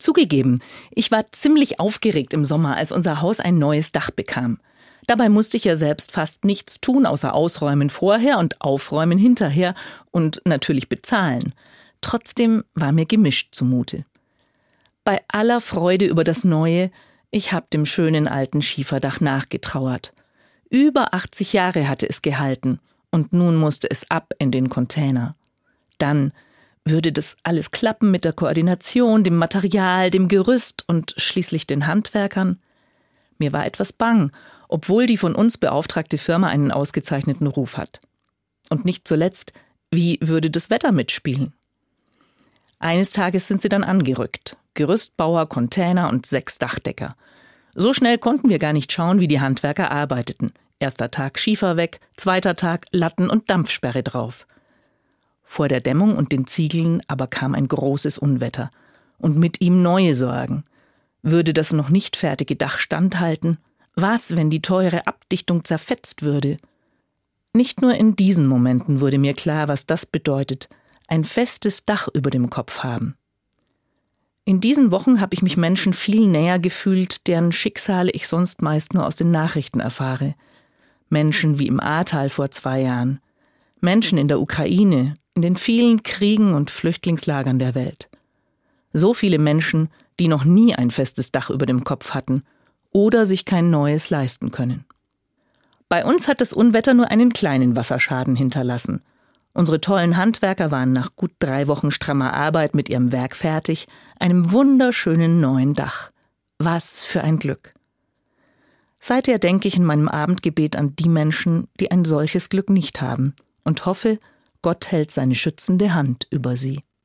Zugegeben, ich war ziemlich aufgeregt im Sommer, als unser Haus ein neues Dach bekam. Dabei musste ich ja selbst fast nichts tun, außer ausräumen vorher und aufräumen hinterher und natürlich bezahlen. Trotzdem war mir gemischt zumute. Bei aller Freude über das Neue, ich habe dem schönen alten Schieferdach nachgetrauert. Über 80 Jahre hatte es gehalten und nun musste es ab in den Container. Dann würde das alles klappen mit der Koordination, dem Material, dem Gerüst und schließlich den Handwerkern? Mir war etwas bang, obwohl die von uns beauftragte Firma einen ausgezeichneten Ruf hat. Und nicht zuletzt, wie würde das Wetter mitspielen? Eines Tages sind sie dann angerückt. Gerüstbauer, Container und 6 Dachdecker. So schnell konnten wir gar nicht schauen, wie die Handwerker arbeiteten. Erster Tag Schiefer weg, zweiter Tag Latten und Dampfsperre drauf. Vor der Dämmung und den Ziegeln aber kam ein großes Unwetter. Und mit ihm neue Sorgen. Würde das noch nicht fertige Dach standhalten? Was, wenn die teure Abdichtung zerfetzt würde? Nicht nur in diesen Momenten wurde mir klar, was das bedeutet. Ein festes Dach über dem Kopf haben. In diesen Wochen habe ich mich Menschen viel näher gefühlt, deren Schicksale ich sonst meist nur aus den Nachrichten erfahre. Menschen wie im Ahrtal vor 2 Jahren. Menschen in der Ukraine, in den vielen Kriegen und Flüchtlingslagern der Welt. So viele Menschen, die noch nie ein festes Dach über dem Kopf hatten oder sich kein neues leisten können. Bei uns hat das Unwetter nur einen kleinen Wasserschaden hinterlassen. Unsere tollen Handwerker waren nach gut 3 Wochen strammer Arbeit mit ihrem Werk fertig, einem wunderschönen neuen Dach. Was für ein Glück. Seither denke ich in meinem Abendgebet an die Menschen, die ein solches Glück nicht haben und hoffe, Gott hält seine schützende Hand über sie.